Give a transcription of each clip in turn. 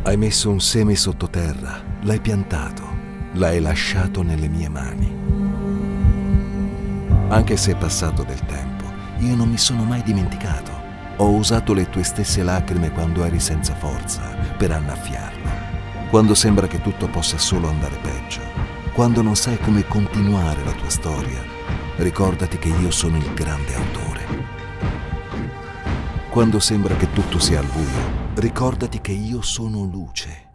Hai messo un seme sottoterra, l'hai piantato, l'hai lasciato nelle mie mani. Anche se è passato del tempo, io non mi sono mai dimenticato. Ho usato le tue stesse lacrime quando eri senza forza per annaffiarlo. Quando sembra che tutto possa solo andare peggio, quando non sai come continuare la tua storia, ricordati che io sono il grande autore. Quando sembra che tutto sia al buio, ricordati che io sono luce.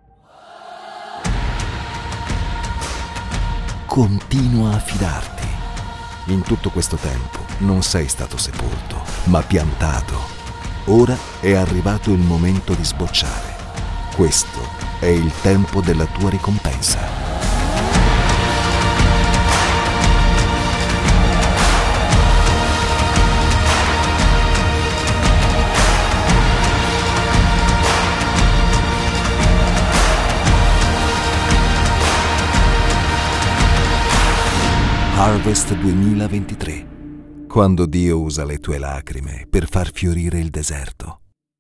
Continua a fidarti. In tutto questo tempo non sei stato sepolto, ma piantato. Ora è arrivato il momento di sbocciare. Questo è il tempo della tua ricompensa. Harvest 2023, quando Dio usa le tue lacrime per far fiorire il deserto.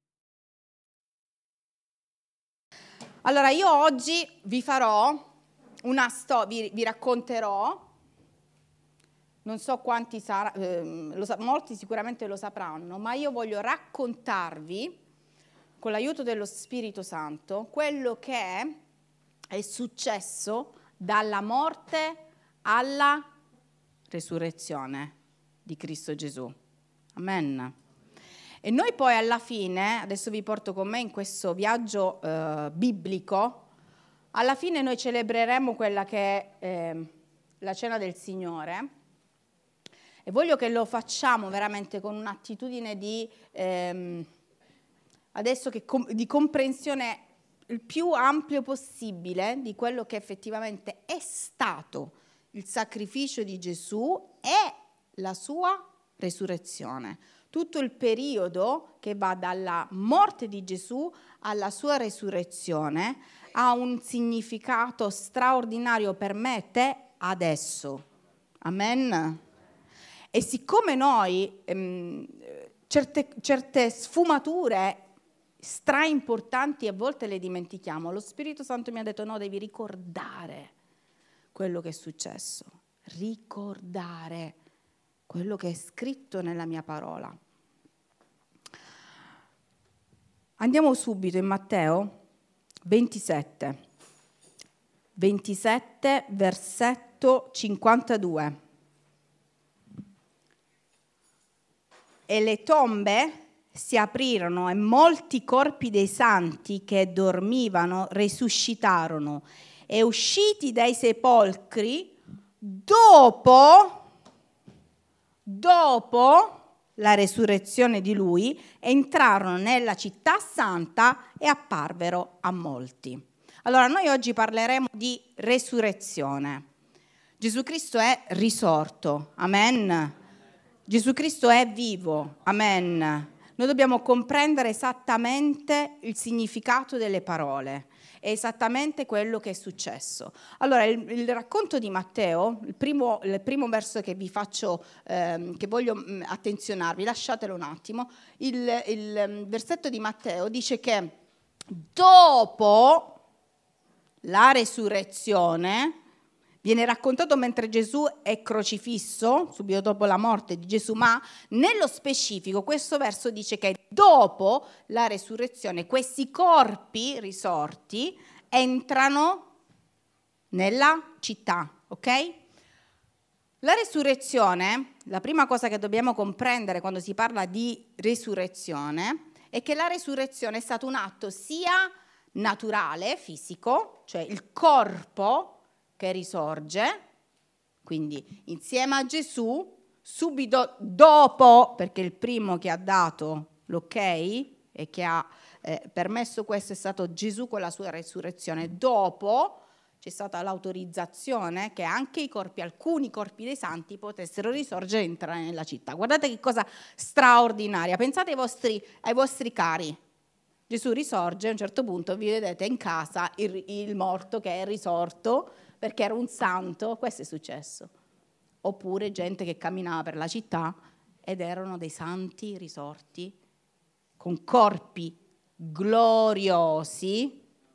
Allora, io oggi vi farò una storia, vi racconterò, non so quanti molti sicuramente lo sapranno, ma io voglio raccontarvi, con l'aiuto dello Spirito Santo, quello che è successo dalla morte alla resurrezione di Cristo Gesù. Amen. E noi poi alla fine, adesso vi porto con me in questo viaggio biblico, alla fine noi celebreremo quella che è la cena del Signore e voglio che lo facciamo veramente con un'attitudine di comprensione il più ampio possibile di quello che effettivamente è stato il sacrificio di Gesù e la sua resurrezione. Tutto il periodo che va dalla morte di Gesù alla sua resurrezione ha un significato straordinario per me e te adesso. Amen. E siccome noi certe sfumature straimportanti a volte le dimentichiamo, lo Spirito Santo mi ha detto no, devi ricordare quello che è successo, ricordare quello che è scritto nella mia parola. Andiamo subito in Matteo 27, versetto 52. E le tombe si aprirono e molti corpi dei santi che dormivano risuscitarono e usciti dai sepolcri dopo la resurrezione di lui entrarono nella città santa e apparvero a molti. Allora noi oggi parleremo di resurrezione. Gesù Cristo è risorto, amen. Gesù Cristo è vivo, amen. Noi dobbiamo comprendere esattamente il significato delle parole. È esattamente quello che è successo. Allora, il racconto di Matteo, il primo verso che vi faccio, che voglio attenzionarvi, lasciatelo un attimo, il versetto di Matteo dice che dopo la resurrezione, viene raccontato mentre Gesù è crocifisso, subito dopo la morte di Gesù, ma nello specifico questo verso dice che dopo la resurrezione questi corpi risorti entrano nella città, ok? La resurrezione, la prima cosa che dobbiamo comprendere quando si parla di resurrezione è che la resurrezione è stato un atto sia naturale, fisico, cioè il corpo che risorge, quindi insieme a Gesù, subito dopo, perché il primo che ha dato l'ok e che ha permesso questo è stato Gesù con la sua resurrezione. Dopo c'è stata l'autorizzazione che anche i corpi, alcuni corpi dei santi potessero risorgere e entrare nella città. Guardate che cosa straordinaria, pensate ai vostri cari. Gesù risorge, a un certo punto vi vedete in casa il morto che è risorto, perché era un santo, questo è successo. Oppure gente che camminava per la città ed erano dei santi risorti con corpi gloriosi,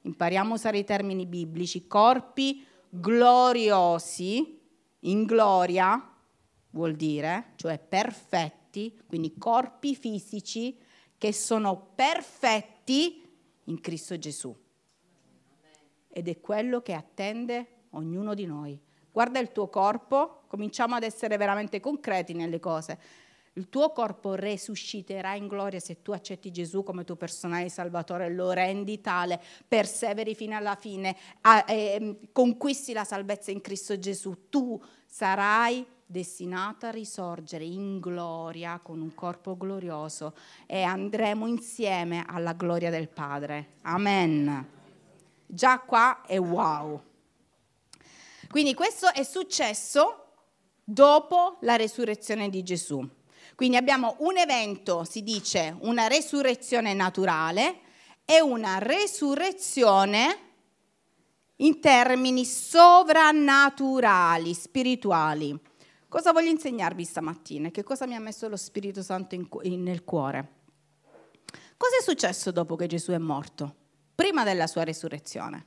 impariamo a usare i termini biblici, corpi gloriosi, in gloria vuol dire, cioè perfetti, quindi corpi fisici che sono perfetti in Cristo Gesù. Ed è quello che attende ognuno di noi. Guarda il tuo corpo, cominciamo ad essere veramente concreti nelle cose. Il tuo corpo resusciterà in gloria se tu accetti Gesù come tuo personale Salvatore, lo rendi tale, perseveri fino alla fine, conquisti la salvezza in Cristo Gesù. Tu sarai destinata a risorgere in gloria con un corpo glorioso e andremo insieme alla gloria del Padre. Amen. Già qua è wow. Quindi questo è successo dopo la resurrezione di Gesù. Quindi abbiamo un evento, si dice, una resurrezione naturale e una resurrezione in termini sovrannaturali, spirituali. Cosa voglio insegnarvi stamattina? Che cosa mi ha messo lo Spirito Santo nel cuore? Cosa è successo dopo che Gesù è morto? Prima della sua resurrezione?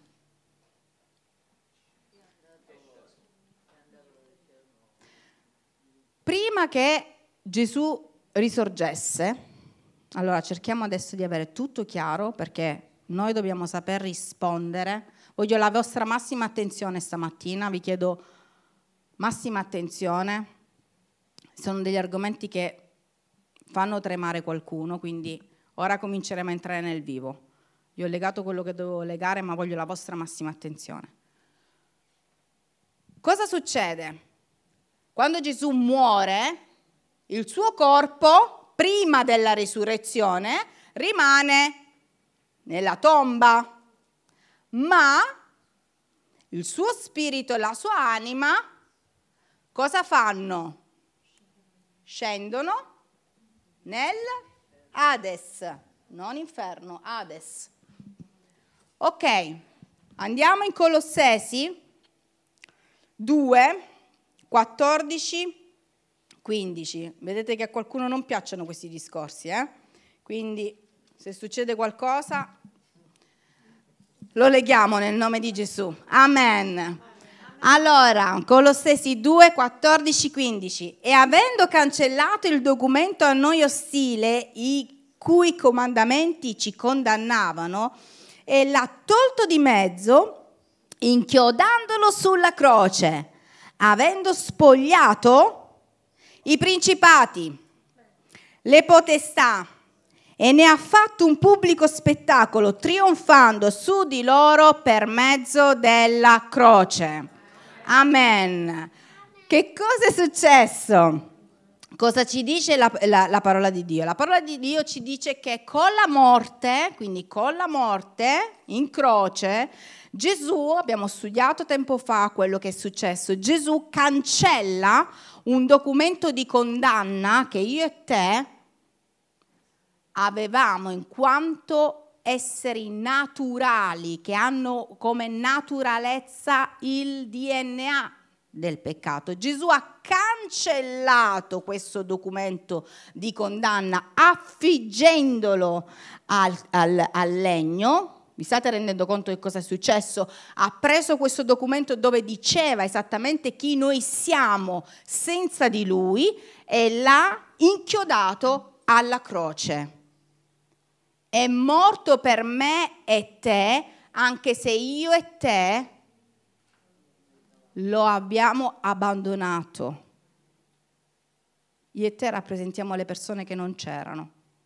Prima che Gesù risorgesse, allora cerchiamo adesso di avere tutto chiaro perché noi dobbiamo saper rispondere. Voglio la vostra massima attenzione stamattina, vi chiedo massima attenzione. Sono degli argomenti che fanno tremare qualcuno, quindi ora cominceremo a entrare nel vivo. Io ho legato quello che dovevo legare, ma voglio la vostra massima attenzione. Cosa succede? Quando Gesù muore, il suo corpo, prima della risurrezione, rimane nella tomba, ma il suo spirito e la sua anima cosa fanno? Scendono nel Hades, non inferno, Hades. Ok, andiamo in Colossesi 2, 14, 15. Vedete che a qualcuno non piacciono questi discorsi, Quindi se succede qualcosa lo leghiamo nel nome di Gesù. Amen. Allora, Colossesi 2, 14, 15. E avendo cancellato il documento a noi ostile, i cui comandamenti ci condannavano, e l'ha tolto di mezzo, inchiodandolo sulla croce, avendo spogliato i principati, le potestà, e ne ha fatto un pubblico spettacolo, trionfando su di loro per mezzo della croce. Amen. Che cosa è successo? Cosa ci dice la parola di Dio? La parola di Dio ci dice che con la morte, quindi con la morte in croce, Gesù, abbiamo studiato tempo fa quello che è successo, Gesù cancella un documento di condanna che io e te avevamo in quanto esseri naturali, che hanno come naturalezza il DNA del peccato. Gesù ha cancellato questo documento di condanna affiggendolo al legno. Vi state rendendo conto di cosa è successo? Ha preso questo documento dove diceva esattamente chi noi siamo senza di lui e l'ha inchiodato alla croce. È morto per me e te, anche se io e te lo abbiamo abbandonato. Io e te rappresentiamo le persone che non c'erano,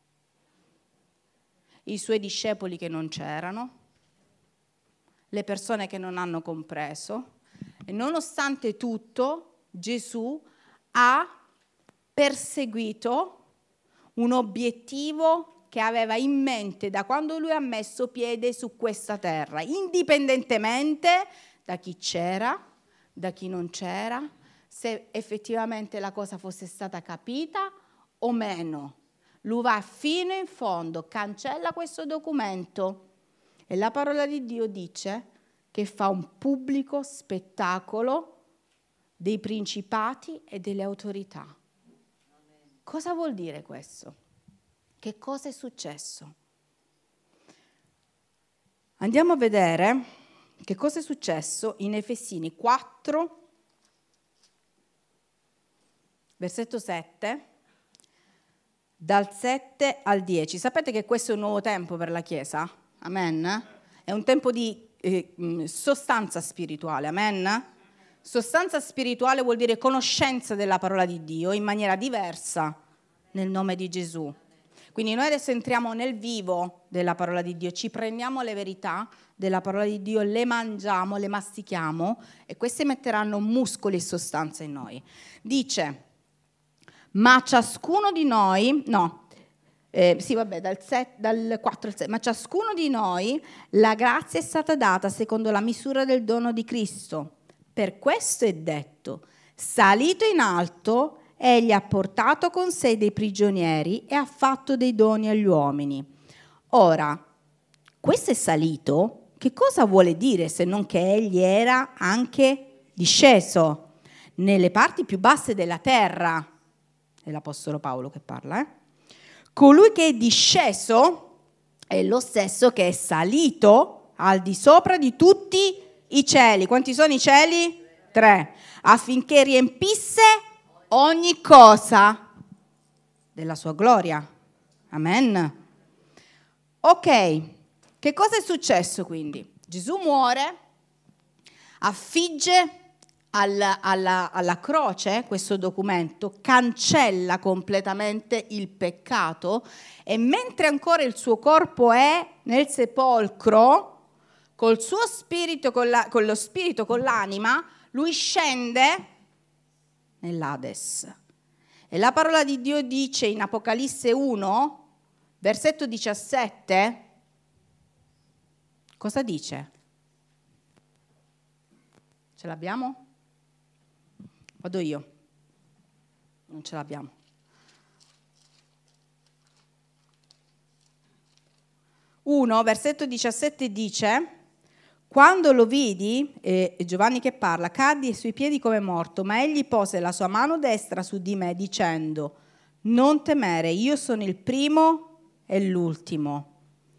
i suoi discepoli che non c'erano, le persone che non hanno compreso, e nonostante tutto Gesù ha perseguito un obiettivo che aveva in mente da quando lui ha messo piede su questa terra, indipendentemente da chi c'era, da chi non c'era, se effettivamente la cosa fosse stata capita o meno. Lui va fino in fondo, cancella questo documento e la parola di Dio dice che fa un pubblico spettacolo dei principati e delle autorità. Cosa vuol dire questo? Che cosa è successo? Andiamo a vedere che cosa è successo in Efesini 4, versetto 7, dal 7 al 10. Sapete che questo è un nuovo tempo per la Chiesa? Amen? È un tempo di sostanza spirituale, amen? Sostanza spirituale vuol dire conoscenza della parola di Dio in maniera diversa nel nome di Gesù. Quindi noi adesso entriamo nel vivo della parola di Dio, ci prendiamo le verità della parola di Dio, le mangiamo, le mastichiamo e queste metteranno muscoli e sostanza in noi. Dice, ma ciascuno di noi, dal 4 al 6, ma ciascuno di noi la grazia è stata data secondo la misura del dono di Cristo. Per questo è detto, salito in alto, egli ha portato con sé dei prigionieri e ha fatto dei doni agli uomini. Ora, questo è salito, che cosa vuole dire se non che egli era anche disceso nelle parti più basse della terra? È l'Apostolo Paolo che parla, Colui che è disceso è lo stesso che è salito al di sopra di tutti i cieli. Quanti sono i cieli? 3. Affinché riempisse ogni cosa della sua gloria. Amen. Ok, che cosa è successo quindi? Gesù muore, affigge alla croce questo documento, cancella completamente il peccato e mentre ancora il suo corpo è nel sepolcro, col suo spirito, con lo spirito, con l'anima, lui scende nell'Ades. E la parola di Dio dice in Apocalisse 1, versetto 17, cosa dice? Ce l'abbiamo? Vado io. Non ce l'abbiamo. Uno, versetto 17 dice, quando lo vidi, Giovanni che parla, caddi ai suoi piedi come morto, ma egli pose la sua mano destra su di me dicendo, non temere, io sono il primo e l'ultimo,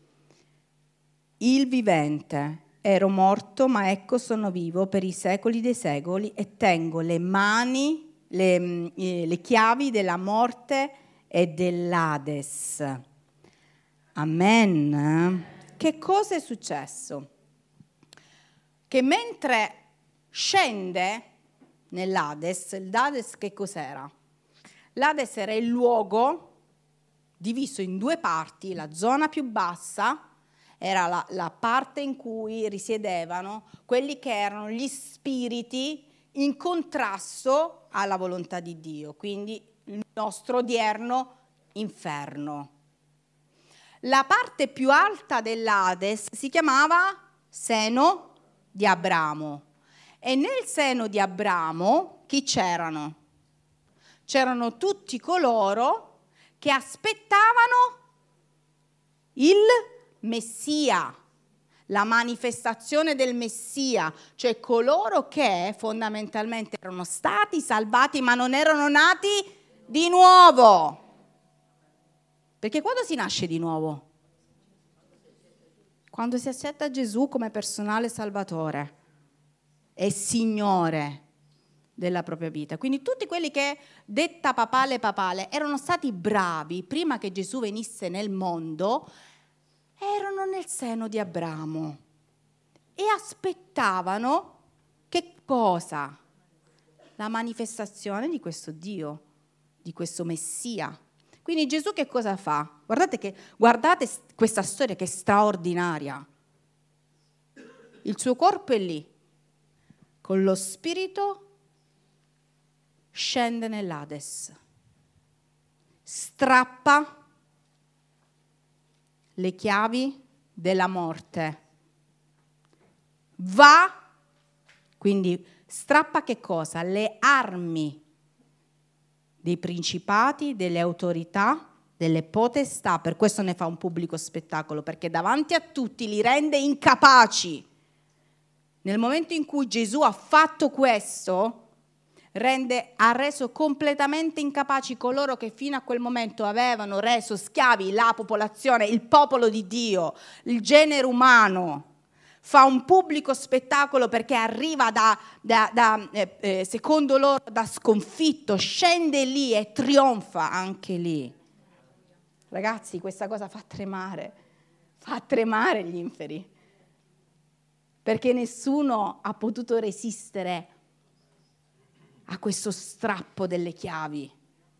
il vivente. Ero morto, ma ecco sono vivo per i secoli dei secoli e tengo le mani, le chiavi della morte e dell'Ades. Amen. Che cosa è successo? Che mentre scende nell'Ades, l'Ades che cos'era? L'Ades era il luogo diviso in due parti, la zona più bassa era la parte in cui risiedevano quelli che erano gli spiriti in contrasto alla volontà di Dio, quindi il nostro odierno inferno. La parte più alta dell'Ades si chiamava seno di Abramo e nel seno di Abramo chi c'erano? C'erano tutti coloro che aspettavano il Messia, la manifestazione del Messia, cioè coloro che fondamentalmente erano stati salvati ma non erano nati di nuovo. Perché quando si nasce di nuovo? Quando si accetta Gesù come personale salvatore e Signore della propria vita. Quindi tutti quelli che, detta papale, erano stati bravi prima che Gesù venisse nel mondo, erano nel seno di Abramo e aspettavano che cosa? La manifestazione di questo Dio, di questo Messia. Quindi Gesù che cosa fa? Guardate questa storia che è straordinaria. Il suo corpo è lì, con lo spirito scende nell'Ades, strappa le chiavi della morte, va, quindi strappa che cosa? Le armi dei principati, delle autorità, delle potestà, per questo ne fa un pubblico spettacolo, perché davanti a tutti li rende incapaci. Nel momento in cui Gesù ha fatto questo, ha reso completamente incapaci coloro che fino a quel momento avevano reso schiavi la popolazione, il popolo di Dio, il genere umano. fa un pubblico spettacolo perché arriva secondo loro da sconfitto, scende lì e trionfa anche lì. Ragazzi, questa cosa fa tremare gli inferi, perché nessuno ha potuto resistere a questo strappo delle chiavi.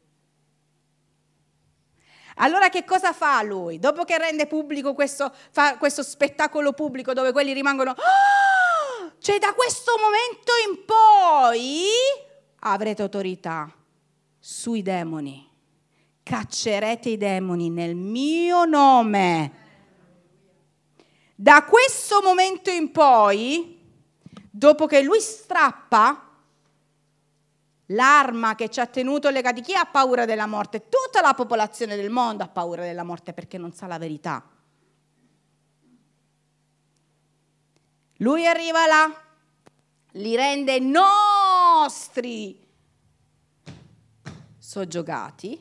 Allora che cosa fa lui? Dopo che rende pubblico fa questo spettacolo pubblico dove quelli rimangono, cioè da questo momento in poi avrete autorità sui demoni, caccerete i demoni nel mio nome. Da questo momento in poi, dopo che lui strappa l'arma che ci ha tenuto legati, chi ha paura della morte? Tutta la popolazione del mondo ha paura della morte perché non sa la verità. Lui arriva là, li rende nostri soggiogati,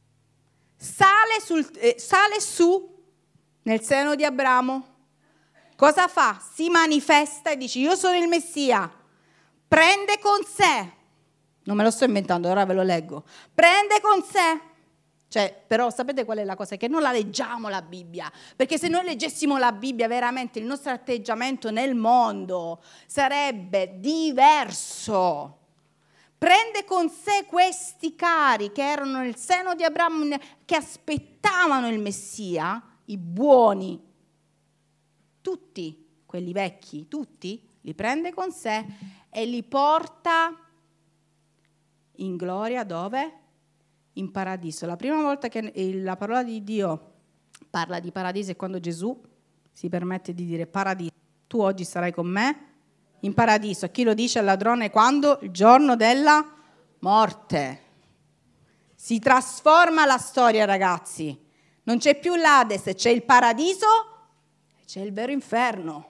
sale su nel seno di Abramo. Cosa fa? Si manifesta e dice: io sono il Messia. Prende con sé, non me lo sto inventando, ora ve lo leggo, prende con sé, cioè, però sapete qual è la cosa? Che non la leggiamo la Bibbia, perché se noi leggessimo la Bibbia veramente il nostro atteggiamento nel mondo sarebbe diverso. Prende con sé questi cari che erano nel seno di Abramo, che aspettavano il Messia, i buoni, tutti, quelli vecchi, tutti, li prende con sé e li porta in gloria dove? In paradiso. La prima volta che la parola di Dio parla di paradiso è quando Gesù si permette di dire: paradiso, tu oggi sarai con me in paradiso. E chi lo dice al ladrone quando? Il giorno della morte. Si trasforma la storia, ragazzi. Non c'è più l'Ades, c'è il paradiso e c'è il vero inferno.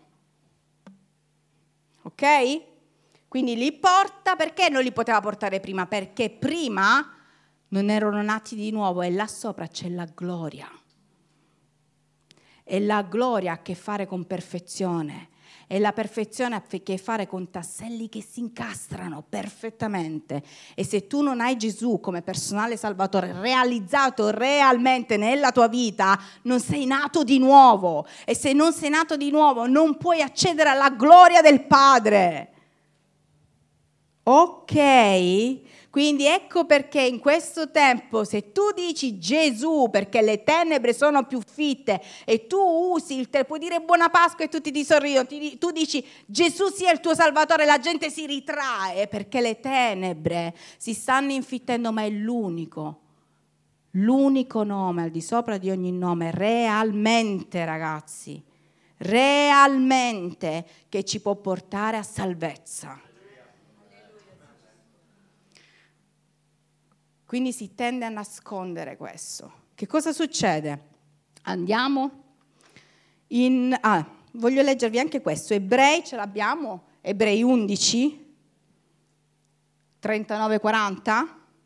Ok? Quindi li porta, perché non li poteva portare prima? Perché prima non erano nati di nuovo e là sopra c'è la gloria. E la gloria ha a che fare con perfezione. E la perfezione ha a che fare con tasselli che si incastrano perfettamente. E se tu non hai Gesù come personale salvatore realizzato realmente nella tua vita, non sei nato di nuovo. E se non sei nato di nuovo non puoi accedere alla gloria del Padre. Ok? Quindi ecco perché in questo tempo, se tu dici Gesù perché le tenebre sono più fitte e tu usi puoi dire buona Pasqua e tutti ti sorridono, tu dici Gesù sia il tuo Salvatore, la gente si ritrae perché le tenebre si stanno infittendo, ma è l'unico nome al di sopra di ogni nome, realmente, ragazzi, realmente, che ci può portare a salvezza. Quindi si tende a nascondere questo. Che cosa succede? Andiamo voglio leggervi anche questo. Ebrei, ce l'abbiamo? Ebrei 11, 39-40.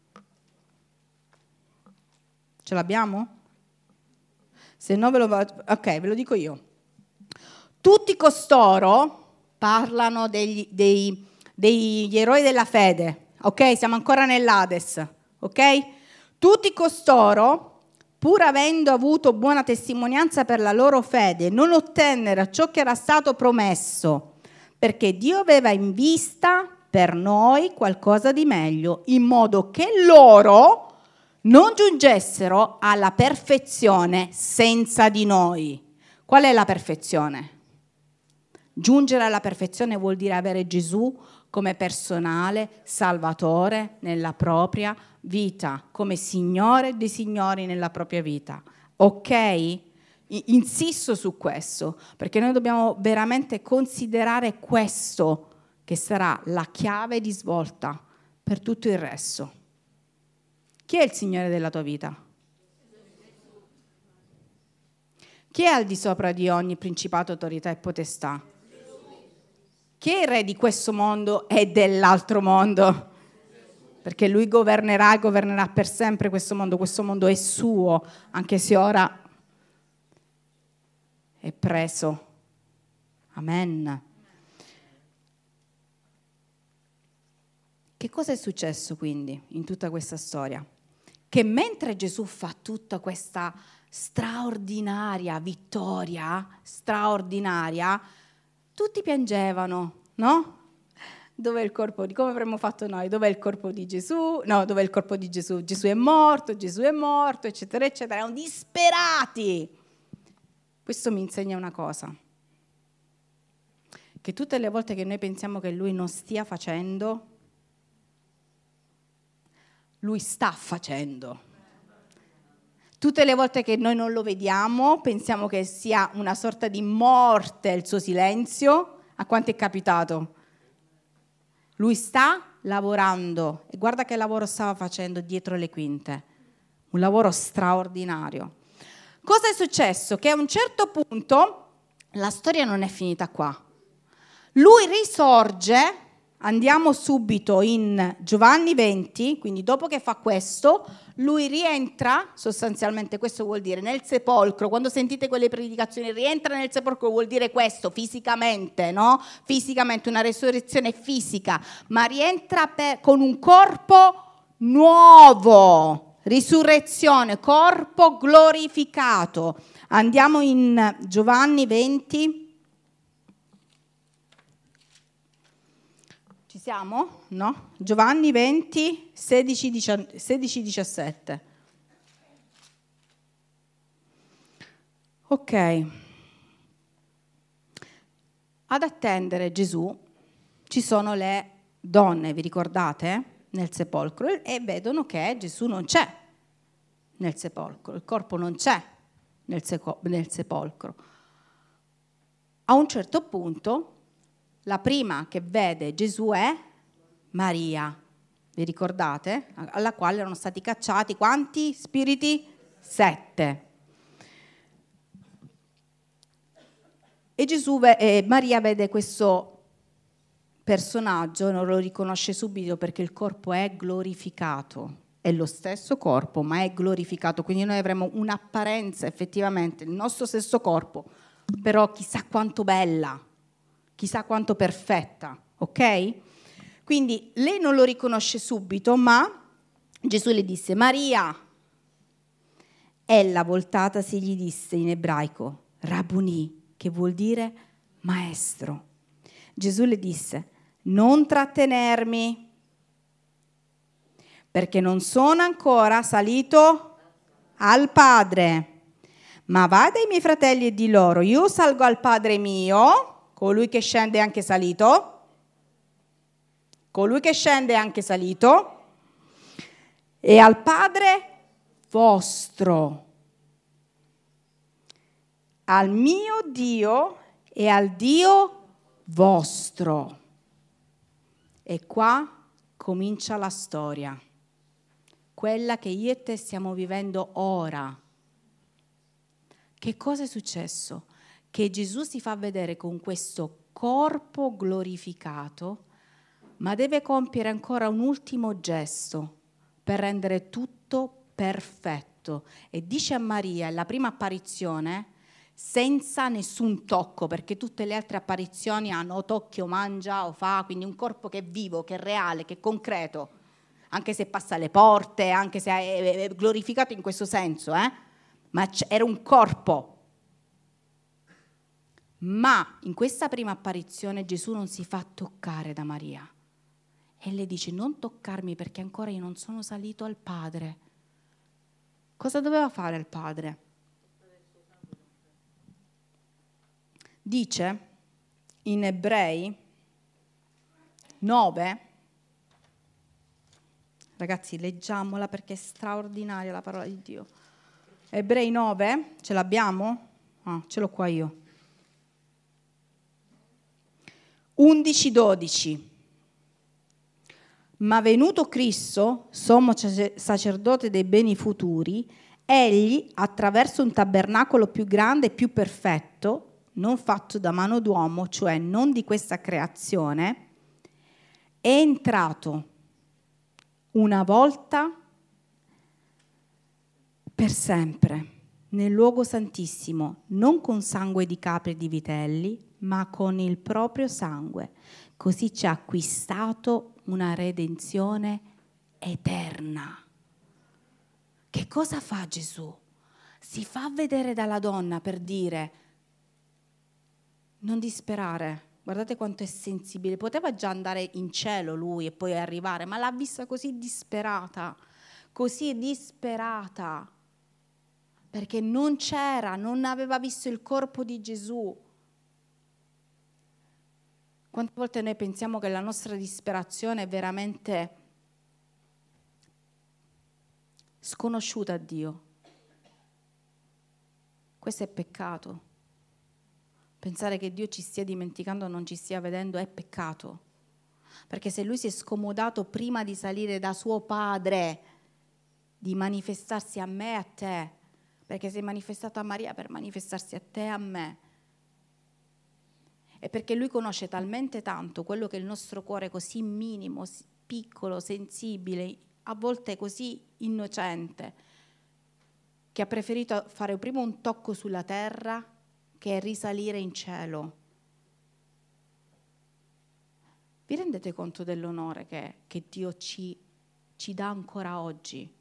Ce l'abbiamo? Se no ok, ve lo dico io. Tutti costoro parlano degli eroi della fede. Ok, siamo ancora nell'Ades. Ok? Tutti costoro, pur avendo avuto buona testimonianza per la loro fede, non ottennero ciò che era stato promesso, perché Dio aveva in vista per noi qualcosa di meglio, in modo che loro non giungessero alla perfezione senza di noi. Qual è la perfezione? Giungere alla perfezione vuol dire avere Gesù come personale salvatore nella propria vita, come Signore dei Signori nella propria vita. Ok? Insisto su questo, perché noi dobbiamo veramente considerare questo, che sarà la chiave di svolta per tutto il resto. Chi è il Signore della tua vita? Chi è al di sopra di ogni principato, autorità e potestà? Chi è il re di questo mondo e dell'altro mondo? Perché lui governerà e governerà per sempre questo mondo è suo, anche se ora è preso Amen. Che cosa è successo quindi in tutta questa storia? Che mentre Gesù fa tutta questa straordinaria vittoria, straordinaria, tutti piangevano, no? Dov'è il corpo di, come avremmo fatto noi? Dov'è il corpo di Gesù? No, dov'è il corpo di Gesù? Gesù è morto, eccetera, eccetera. Erano disperati. Questo mi insegna una cosa. Che tutte le volte che noi pensiamo che Lui non stia facendo, Lui sta facendo. Tutte le volte che noi non lo vediamo, pensiamo che sia una sorta di morte il suo silenzio. A quanto è capitato? Lui sta lavorando e guarda che lavoro stava facendo dietro le quinte. Un lavoro straordinario. Cosa è successo? Che a un certo punto la storia non è finita qua. Lui risorge. Andiamo subito in Giovanni 20, quindi dopo che fa questo, lui rientra, sostanzialmente questo vuol dire nel sepolcro, quando sentite quelle predicazioni, rientra nel sepolcro vuol dire questo, fisicamente, no? Fisicamente, una resurrezione fisica, ma rientra con un corpo nuovo, risurrezione, corpo glorificato. Andiamo in Giovanni 20. Ci siamo? No? Giovanni 20, 16-17. Ok. Ad attendere Gesù ci sono le donne, vi ricordate? Nel sepolcro e vedono che Gesù non c'è nel sepolcro, il corpo non c'è nel sepolcro. A un certo punto la prima che vede Gesù è Maria, vi ricordate? Alla quale erano stati cacciati quanti spiriti? 7. E Maria vede questo personaggio, non lo riconosce subito perché il corpo è glorificato. È lo stesso corpo, ma è glorificato, quindi noi avremo un'apparenza effettivamente, il nostro stesso corpo, però chissà quanto bella. Chissà quanto perfetta, ok? Quindi lei non lo riconosce subito, ma Gesù le disse, Maria. Ella, voltatasi, gli disse in ebraico, Rabuni, che vuol dire maestro. Gesù le disse, non trattenermi, perché non sono ancora salito al Padre, ma va dai miei fratelli e di loro, io salgo al Padre mio. Colui che scende è anche salito. Colui che scende è anche salito. E al Padre vostro. Al mio Dio e al Dio vostro. E qua comincia la storia. Quella che io e te stiamo vivendo ora. Che cosa è successo? Che Gesù si fa vedere con questo corpo glorificato, ma deve compiere ancora un ultimo gesto per rendere tutto perfetto. E dice a Maria, è la prima apparizione, senza nessun tocco, perché tutte le altre apparizioni hanno o tocchi o mangia o fa, quindi un corpo che è vivo, che è reale, che è concreto, anche se passa le porte, anche se è glorificato in questo senso, ma era un corpo. Ma in questa prima apparizione Gesù non si fa toccare da Maria e le dice non toccarmi perché ancora io non sono salito al Padre. Cosa doveva fare il Padre? Dice in Ebrei 9, ragazzi leggiamola perché è straordinaria la parola di Dio. Ebrei 9, ce l'abbiamo? Ce l'ho qua io. 11-12. Ma venuto Cristo, sommo sacerdote dei beni futuri, egli, attraverso un tabernacolo più grande e più perfetto, non fatto da mano d'uomo, cioè non di questa creazione, è entrato una volta per sempre nel luogo santissimo, non con sangue di capre e di vitelli, ma con il proprio sangue. Così ci ha acquistato una redenzione eterna. Che cosa fa Gesù? Si fa vedere dalla donna per dire: non disperare, guardate quanto è sensibile. Poteva già andare in cielo lui e poi arrivare, ma l'ha vista così disperata, perché non c'era, non aveva visto il corpo di Gesù. Quante volte noi pensiamo che la nostra disperazione è veramente sconosciuta a Dio? Questo è peccato. Pensare che Dio ci stia dimenticando o non ci stia vedendo è peccato. Perché se Lui si è scomodato prima di salire da suo Padre, di manifestarsi a me e a te, perché si è manifestato a Maria per manifestarsi a te e a me, e perché Lui conosce talmente tanto quello che è il nostro cuore così minimo, piccolo, sensibile, a volte così innocente, che ha preferito fare prima un tocco sulla terra che risalire in cielo. Vi rendete conto dell'onore che Dio ci dà ancora oggi?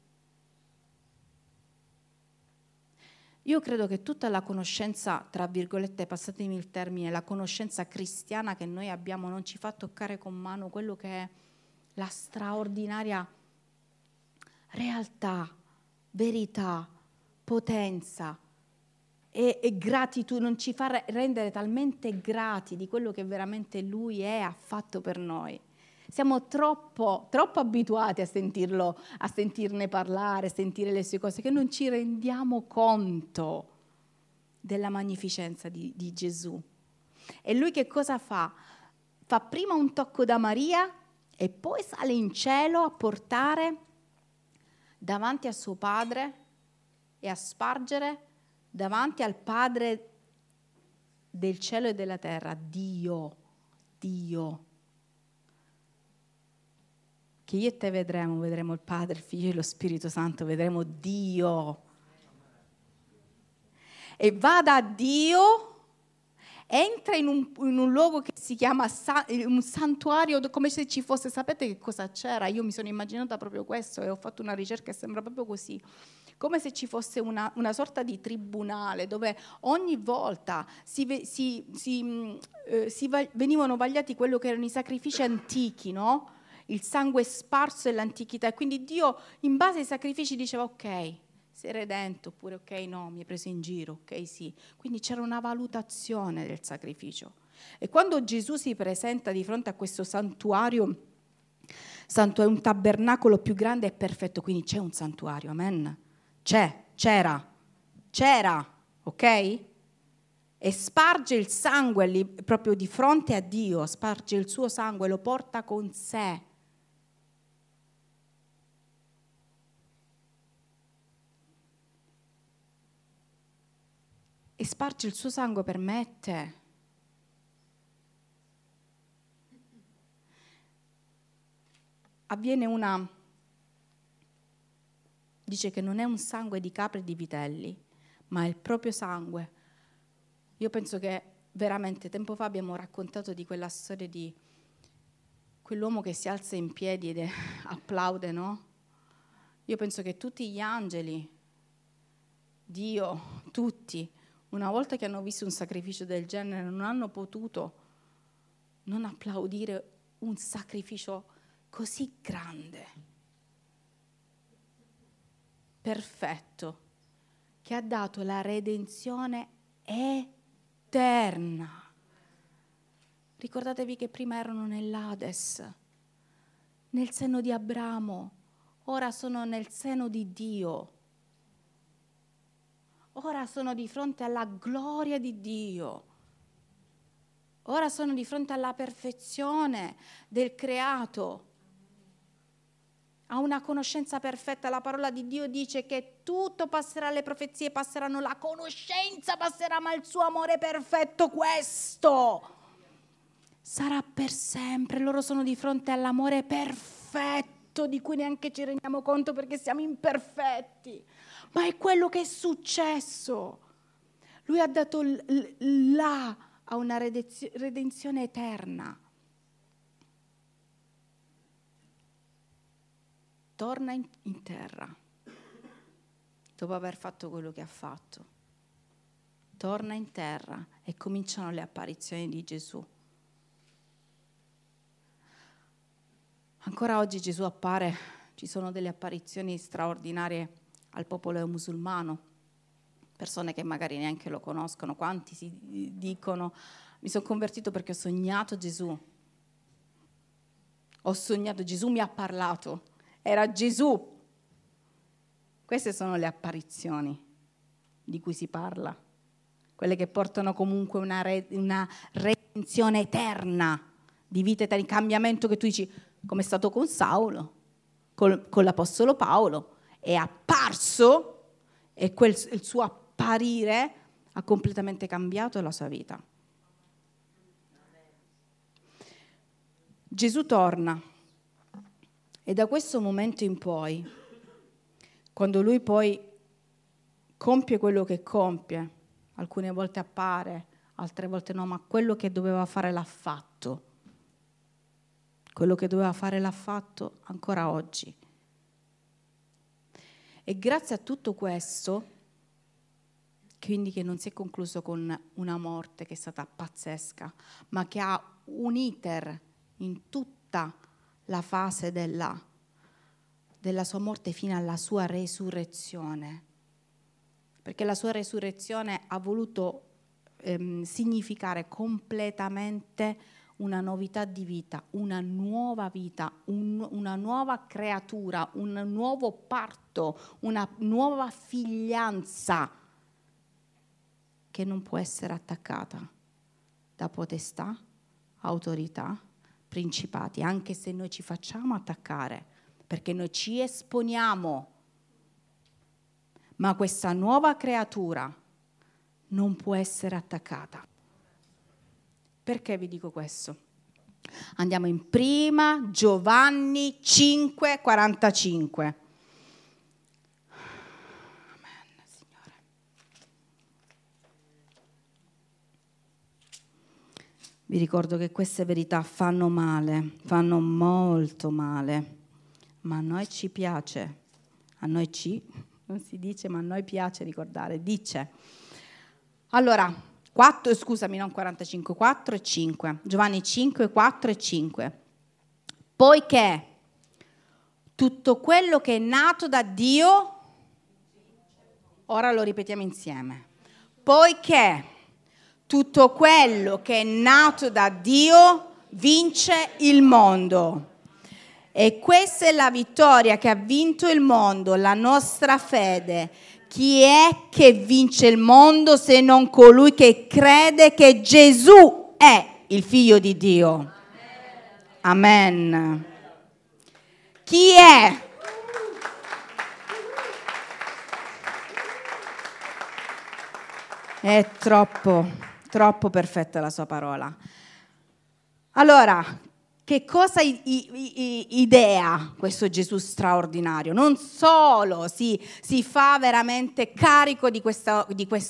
Io credo che tutta la conoscenza, tra virgolette, passatemi il termine, la conoscenza cristiana che noi abbiamo non ci fa toccare con mano quello che è la straordinaria realtà, verità, potenza e gratitudine, non ci fa rendere talmente grati di quello che veramente Lui è, ha fatto per noi. Siamo troppo abituati a sentirlo, a sentirne parlare, a sentire le sue cose, che non ci rendiamo conto della magnificenza di Gesù. E Lui che cosa fa? Fa prima un tocco da Maria e poi sale in cielo a portare davanti a suo Padre e a spargere davanti al Padre del cielo e della terra, Dio. Che io e te vedremo il Padre, il Figlio e lo Spirito Santo, vedremo Dio. E va da Dio, entra in un luogo che si chiama un santuario, come se ci fosse, sapete che cosa c'era? Io mi sono immaginata proprio questo e ho fatto una ricerca e sembra proprio così. Come se ci fosse una sorta di tribunale dove ogni volta venivano vagliati quello che erano i sacrifici antichi, no? Il sangue sparso dell'antichità. E quindi Dio, in base ai sacrifici, diceva: ok, sei redento, oppure ok, no, mi hai preso in giro, ok, sì. Quindi c'era una valutazione del sacrificio. E quando Gesù si presenta di fronte a questo santuario, è un tabernacolo più grande e perfetto, quindi c'è un santuario, amen? C'era, ok? E sparge il sangue lì, proprio di fronte a Dio, sparge il suo sangue, lo porta con sé. E sparge il suo sangue per me e te. Avviene dice che non è un sangue di capre e di vitelli, ma è il proprio sangue. Io penso che veramente tempo fa abbiamo raccontato di quella storia di quell'uomo che si alza in piedi ed applaude, no? Io penso che tutti gli angeli, Dio, tutti, una volta che hanno visto un sacrificio del genere, non hanno potuto non applaudire un sacrificio così grande, perfetto, che ha dato la redenzione eterna. Ricordatevi che prima erano nell'Ades, nel seno di Abramo, ora sono nel seno di Dio. Ora sono di fronte alla gloria di Dio. Ora sono di fronte alla perfezione del creato. A una conoscenza perfetta. La parola di Dio dice che tutto passerà, le profezie passeranno, la conoscenza passerà, ma il suo amore perfetto, questo sarà per sempre. Loro sono di fronte all'amore perfetto di cui neanche ci rendiamo conto perché siamo imperfetti. ma è quello che è successo. Lui ha dato a una redenzione eterna. Torna in terra, dopo aver fatto quello che ha fatto. Torna in terra e cominciano le apparizioni di Gesù. Ancora oggi Gesù appare, ci sono delle apparizioni straordinarie al popolo musulmano, persone che magari neanche lo conoscono, quanti si dicono, mi sono convertito perché ho sognato Gesù. Ho sognato, Gesù mi ha parlato. Era Gesù. Queste sono le apparizioni di cui si parla, quelle che portano comunque una redenzione eterna, di vita eterna, il cambiamento che tu dici, come è stato con Saulo, con l'Apostolo Paolo, è apparso e il suo apparire ha completamente cambiato la sua vita. Gesù torna. E da questo momento in poi, quando lui poi compie quello che compie, alcune volte appare, altre volte no, ma quello che doveva fare l'ha fatto. Quello che doveva fare l'ha fatto ancora oggi. E grazie a tutto questo, quindi che non si è concluso con una morte che è stata pazzesca, ma che ha un iter in tutta la fase della sua morte fino alla sua resurrezione, perché la sua resurrezione ha voluto significare completamente una novità di vita, una nuova vita, una nuova creatura, un nuovo parto, una nuova figlianza che non può essere attaccata da potestà, autorità, principati, anche se noi ci facciamo attaccare, perché noi ci esponiamo, ma questa nuova creatura non può essere attaccata. Perché vi dico questo? Andiamo in prima Giovanni 5,45. Amen, Signore. Vi ricordo che queste verità fanno male, fanno molto male, ma a noi ci piace, non si dice, ma a noi piace ricordare, dice. Allora, 4 e 5, Giovanni 5, 4 e 5. Poiché tutto quello che è nato da Dio, ora lo ripetiamo insieme, poiché tutto quello che è nato da Dio vince il mondo. E questa è la vittoria che ha vinto il mondo, la nostra fede. Chi è che vince il mondo se non colui che crede che Gesù è il Figlio di Dio? Amen. Chi è? È troppo perfetta la sua parola. Allora, che cosa idea questo Gesù straordinario? Non solo si fa veramente carico di questa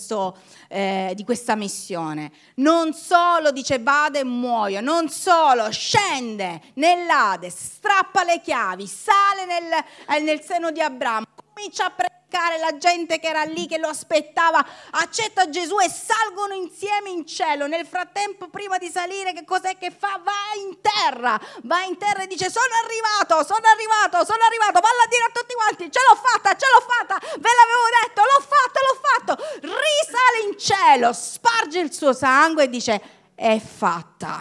missione, non solo dice vado e muoio, non solo scende nell'Ade, strappa le chiavi, sale nel seno di Abramo, comincia a predicare, la gente che era lì, che lo aspettava, accetta Gesù e salgono insieme in cielo. Nel frattempo, prima di salire, che cos'è che fa? Va in terra e dice sono arrivato, valla a dire a tutti quanti, ce l'ho fatta, ve l'avevo detto, l'ho fatto, risale in cielo, sparge il suo sangue e dice è fatta.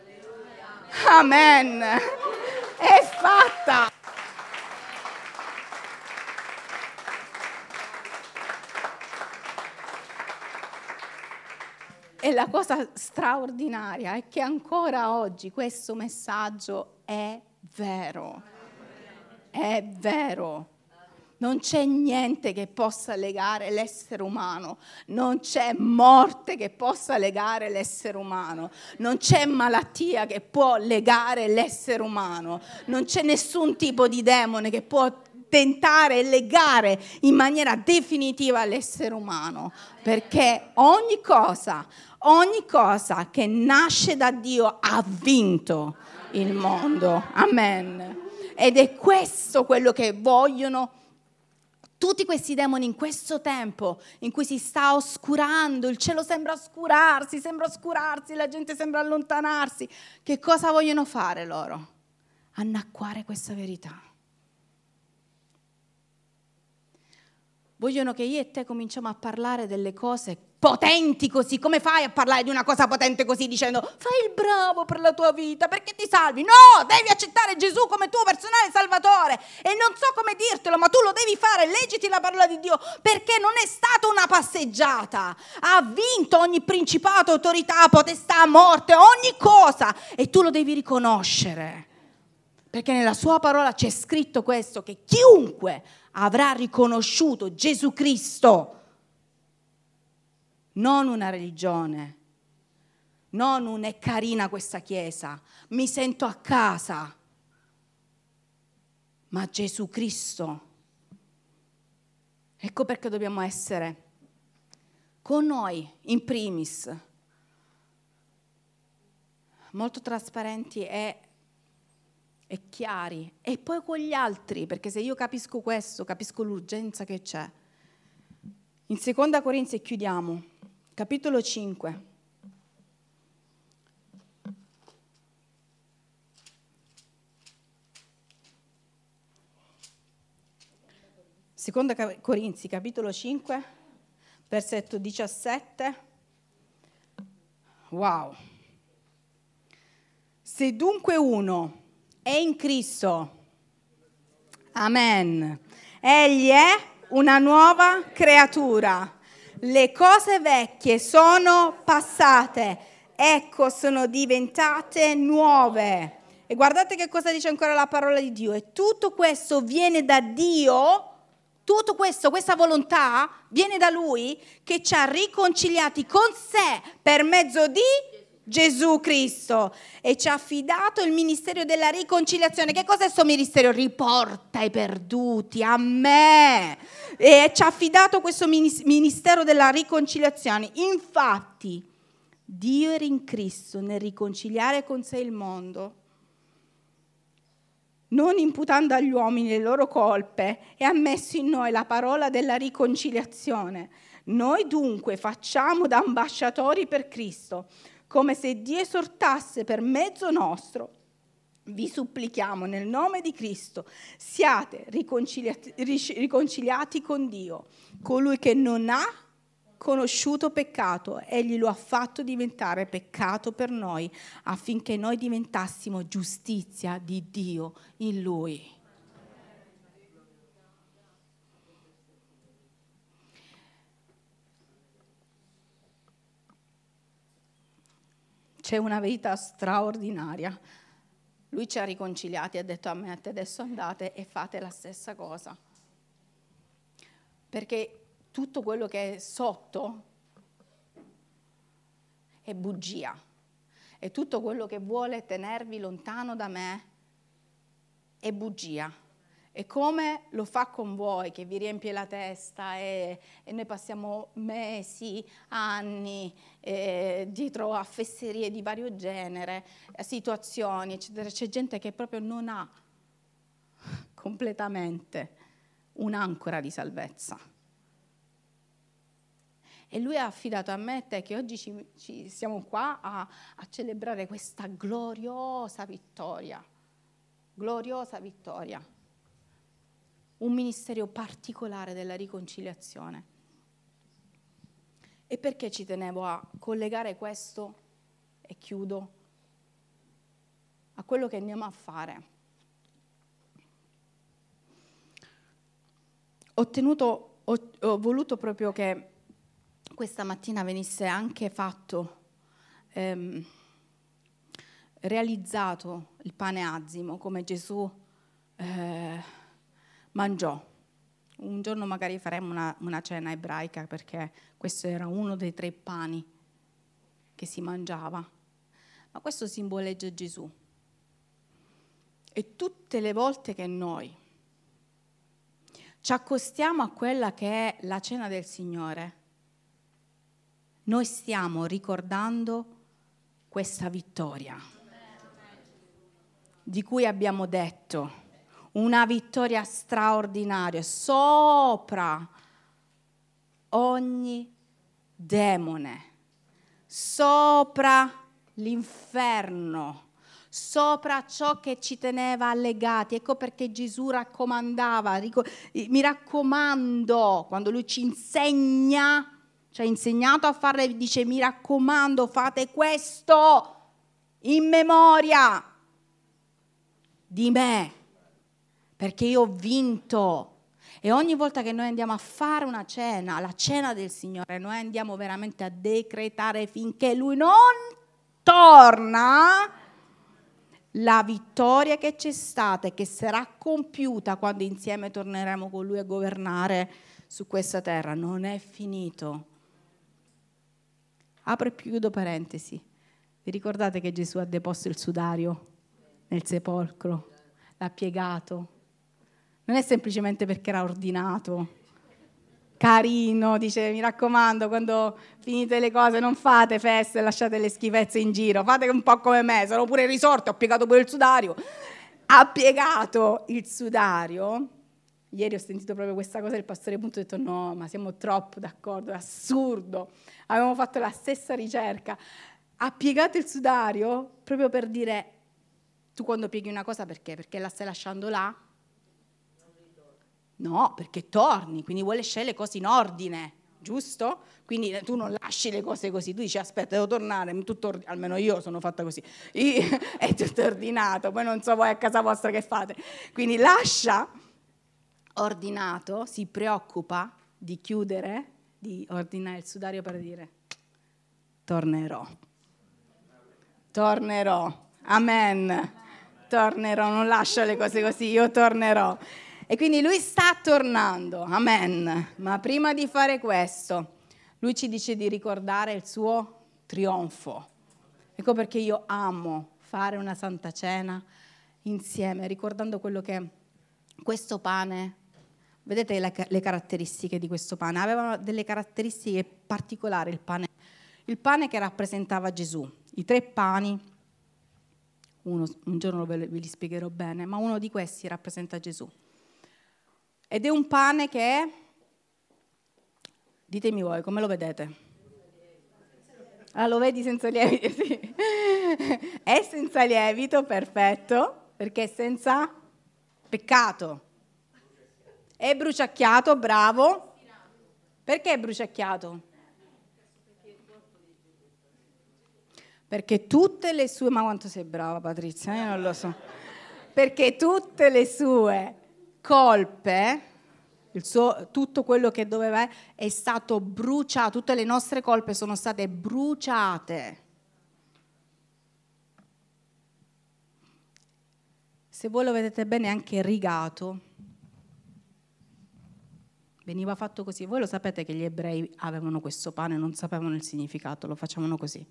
Amen, è fatta. E la cosa straordinaria è che ancora oggi questo messaggio è vero. È vero. Non c'è niente che possa legare l'essere umano, non c'è morte che possa legare l'essere umano, non c'è malattia che può legare l'essere umano, non c'è nessun tipo di demone che può tentare e legare in maniera definitiva l'essere umano, perché ogni cosa che nasce da Dio ha vinto il mondo. Amen. Ed è questo quello che vogliono tutti questi demoni in questo tempo in cui si sta oscurando, il cielo sembra oscurarsi, la gente sembra allontanarsi. Che cosa vogliono fare loro? Annacquare questa verità. Vogliono che io e te cominciamo a parlare delle cose potenti così. Come fai a parlare di una cosa potente così dicendo fai il bravo per la tua vita perché ti salvi? No, devi accettare Gesù come tuo personale salvatore e non so come dirtelo, ma tu lo devi fare. Leggiti la parola di Dio, perché non è stata una passeggiata. Ha vinto ogni principato, autorità, potestà, morte, ogni cosa, e tu lo devi riconoscere, perché nella sua parola c'è scritto questo, che chiunque avrà riconosciuto Gesù Cristo, non una religione, non un è carina questa chiesa, mi sento a casa, ma Gesù Cristo. Ecco perché dobbiamo essere con noi in primis molto trasparenti e chiari, e poi con gli altri, perché se io capisco questo, capisco l'urgenza che c'è. In 2 Corinzi, e chiudiamo, capitolo 5. Seconda Corinzi, capitolo 5, versetto 17. Wow. Se dunque uno è in Cristo, amen, egli è una nuova creatura. Le cose vecchie sono passate, ecco sono diventate nuove. E guardate che cosa dice ancora la parola di Dio. E tutto questo viene da Dio, tutto questo, questa volontà viene da Lui, che ci ha riconciliati con sé per mezzo di Gesù Cristo, e ci ha affidato il ministero della riconciliazione. Che cos'è questo ministero? Riporta i perduti a me. E ci ha affidato questo ministero della riconciliazione. Infatti Dio era in Cristo nel riconciliare con sé il mondo, non imputando agli uomini le loro colpe, e ha messo in noi la parola della riconciliazione. Noi dunque facciamo da ambasciatori per Cristo, come se Dio esortasse per mezzo nostro. Vi supplichiamo nel nome di Cristo, siate riconciliati con Dio. Colui che non ha conosciuto peccato, egli lo ha fatto diventare peccato per noi, affinché noi diventassimo giustizia di Dio in Lui. C'è una verità straordinaria. Lui ci ha riconciliati e ha detto a me e a te adesso andate e fate la stessa cosa. Perché tutto quello che è sotto è bugia. E tutto quello che vuole tenervi lontano da me è bugia. E come lo fa con voi, che vi riempie la testa e noi passiamo mesi, anni dietro a fesserie di vario genere, a situazioni, eccetera. C'è gente che proprio non ha completamente un'ancora di salvezza. E Lui ha affidato a me e te che oggi ci siamo qua a celebrare questa gloriosa vittoria. Gloriosa vittoria. Un ministero particolare della riconciliazione. E perché ci tenevo a collegare questo, e chiudo, a quello che andiamo a fare? Ho voluto proprio che questa mattina venisse anche fatto, realizzato il pane azimo, come Gesù mangiò. Un giorno magari faremo una cena ebraica, perché questo era uno dei 3 pani che si mangiava. Ma questo simboleggia Gesù. E tutte le volte che noi ci accostiamo a quella che è la cena del Signore, noi stiamo ricordando questa vittoria di cui abbiamo detto, una vittoria straordinaria sopra ogni demone, sopra l'inferno, sopra ciò che ci teneva legati. Ecco perché Gesù raccomandava, mi raccomando, quando lui ci insegna, ci ha insegnato a farle, dice mi raccomando, fate questo in memoria di me, perché io ho vinto. E ogni volta che noi andiamo a fare una cena, la cena del Signore, noi andiamo veramente a decretare finché Lui non torna, la vittoria che c'è stata e che sarà compiuta quando insieme torneremo con Lui a governare su questa terra non è finito. Apro e chiudo parentesi. Vi ricordate che Gesù ha deposto il sudario nel sepolcro? L'ha piegato. Non è semplicemente perché era ordinato, carino, dice mi raccomando, quando finite le cose non fate feste e lasciate le schifezze in giro, fate un po' come me, sono pure risorto, ho piegato pure il sudario. Ha piegato il sudario. Ieri ho sentito proprio questa cosa del pastore Punto, ho detto no, ma siamo troppo d'accordo, è assurdo. Avevamo fatto la stessa ricerca. Ha piegato il sudario proprio per dire, tu quando pieghi una cosa perché? Perché la stai lasciando là? No, perché torni, quindi vuole scegliere le cose in ordine, giusto? Quindi tu non lasci le cose così, tu dici aspetta, devo tornare, almeno io sono fatta così, è tutto ordinato, poi non so voi a casa vostra che fate. Quindi lascia ordinato, si preoccupa di chiudere, di ordinare il sudario per dire tornerò, amen, tornerò, non lascio le cose così, io tornerò. E quindi lui sta tornando, amen. Ma prima di fare questo, lui ci dice di ricordare il suo trionfo. Ecco perché io amo fare una Santa Cena insieme, ricordando quello che questo pane, vedete le caratteristiche di questo pane, avevano delle caratteristiche particolari il pane che rappresentava Gesù. I 3 pani, un giorno ve li spiegherò bene, ma uno di questi rappresenta Gesù. Ed è un pane che è, ditemi voi, come lo vedete? Ah, lo vedi senza lievito? Sì. È senza lievito, perfetto, perché è senza peccato. È bruciacchiato, bravo. Perché è bruciacchiato? Perché tutte le sue, ma quanto sei brava Patrizia, io non lo so. Perché tutte le sue colpe, tutto quello che doveva è stato bruciato, tutte le nostre colpe sono state bruciate. Se voi lo vedete bene, anche rigato, veniva fatto così. Voi lo sapete che gli ebrei avevano questo pane, non sapevano il significato, lo facevano così.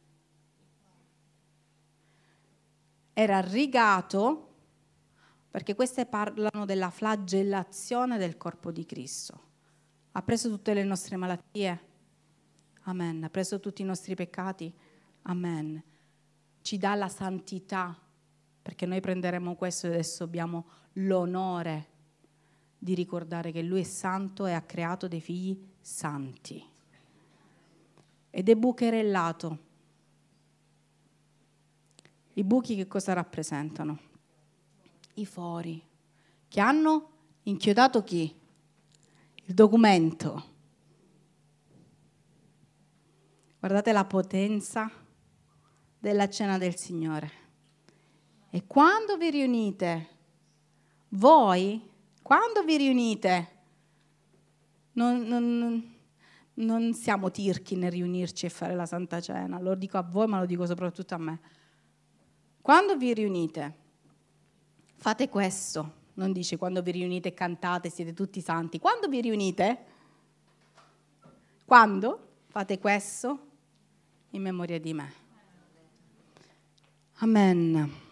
Era rigato perché queste parlano della flagellazione del corpo di Cristo. Ha preso tutte le nostre malattie, amen. Ha preso tutti i nostri peccati, amen. Ci dà la santità, perché noi prenderemo questo e adesso abbiamo l'onore di ricordare che Lui è santo e ha creato dei figli santi. Ed è bucherellato. I buchi che cosa rappresentano? I fori, che hanno inchiodato chi? Il documento. Guardate la potenza della cena del Signore. E quando vi riunite, voi, quando vi riunite, non siamo tirchi nel riunirci e fare la Santa Cena, lo dico a voi ma lo dico soprattutto a me. Quando vi riunite, fate questo, non dice quando vi riunite cantate, siete tutti santi. Quando vi riunite? Quando? Fate questo in memoria di me. Amen.